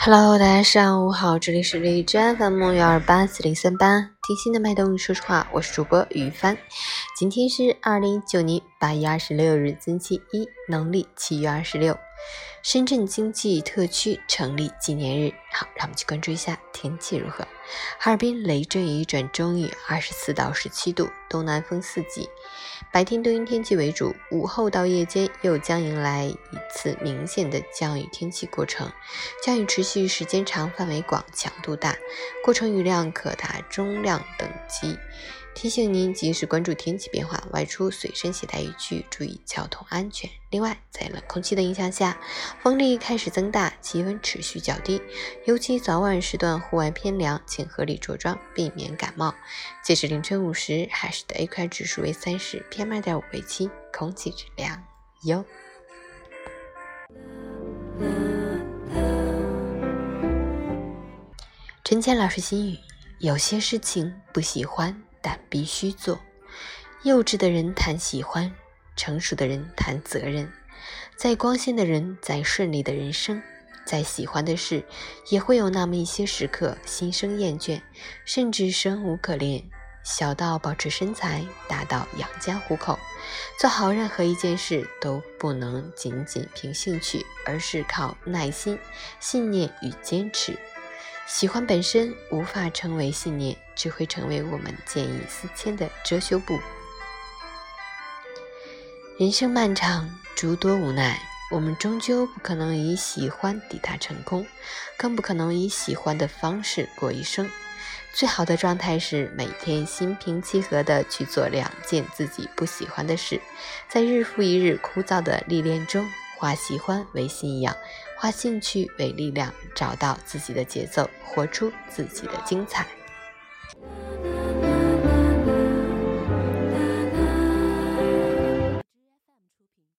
Hello， 大家上午好，这里是荔枝 FM1284038，听心的脉动，说实话，我是主播于帆。今天是2019年8月26日，星期一，农历7月26，深圳经济特区成立纪念日。好，让我们去关注一下天气如何。哈尔滨雷阵雨转中雨，24到17度，东南风4级。白天多云天气为主，午后到夜间又将迎来一次明显的降雨天气过程，降雨持续时间长，范围广，强度大，过程雨量可达中量等级。提醒您及时关注天气变化，外出随身携带雨具，注意交通安全。另外，在冷空气的影响下，风力开始增大，气温持续较低，尤其早晚时段户外偏凉，请合理着装，避免感冒。截至凌晨5时，海市的 AQI 指数为30 ，PM2.5 为7，空气质量优。陈谦老师心语：有些事情不喜欢，但必须做。幼稚的人谈喜欢，成熟的人谈责任。再光鲜的人，再顺利的人生，再喜欢的事，也会有那么一些时刻心生厌倦，甚至生无可恋。小到保持身材，大到养家糊口，做好任何一件事都不能仅仅凭兴趣，而是靠耐心、信念与坚持。喜欢本身无法成为信念，只会成为我们见异思迁的遮羞布。人生漫长，诸多无奈，我们终究不可能以喜欢抵达成功，更不可能以喜欢的方式过一生。最好的状态是每天心平气和地去做2件自己不喜欢的事，在日复一日枯燥的历练中，化喜欢为信仰，化兴趣为力量，找到自己的节奏，活出自己的精彩。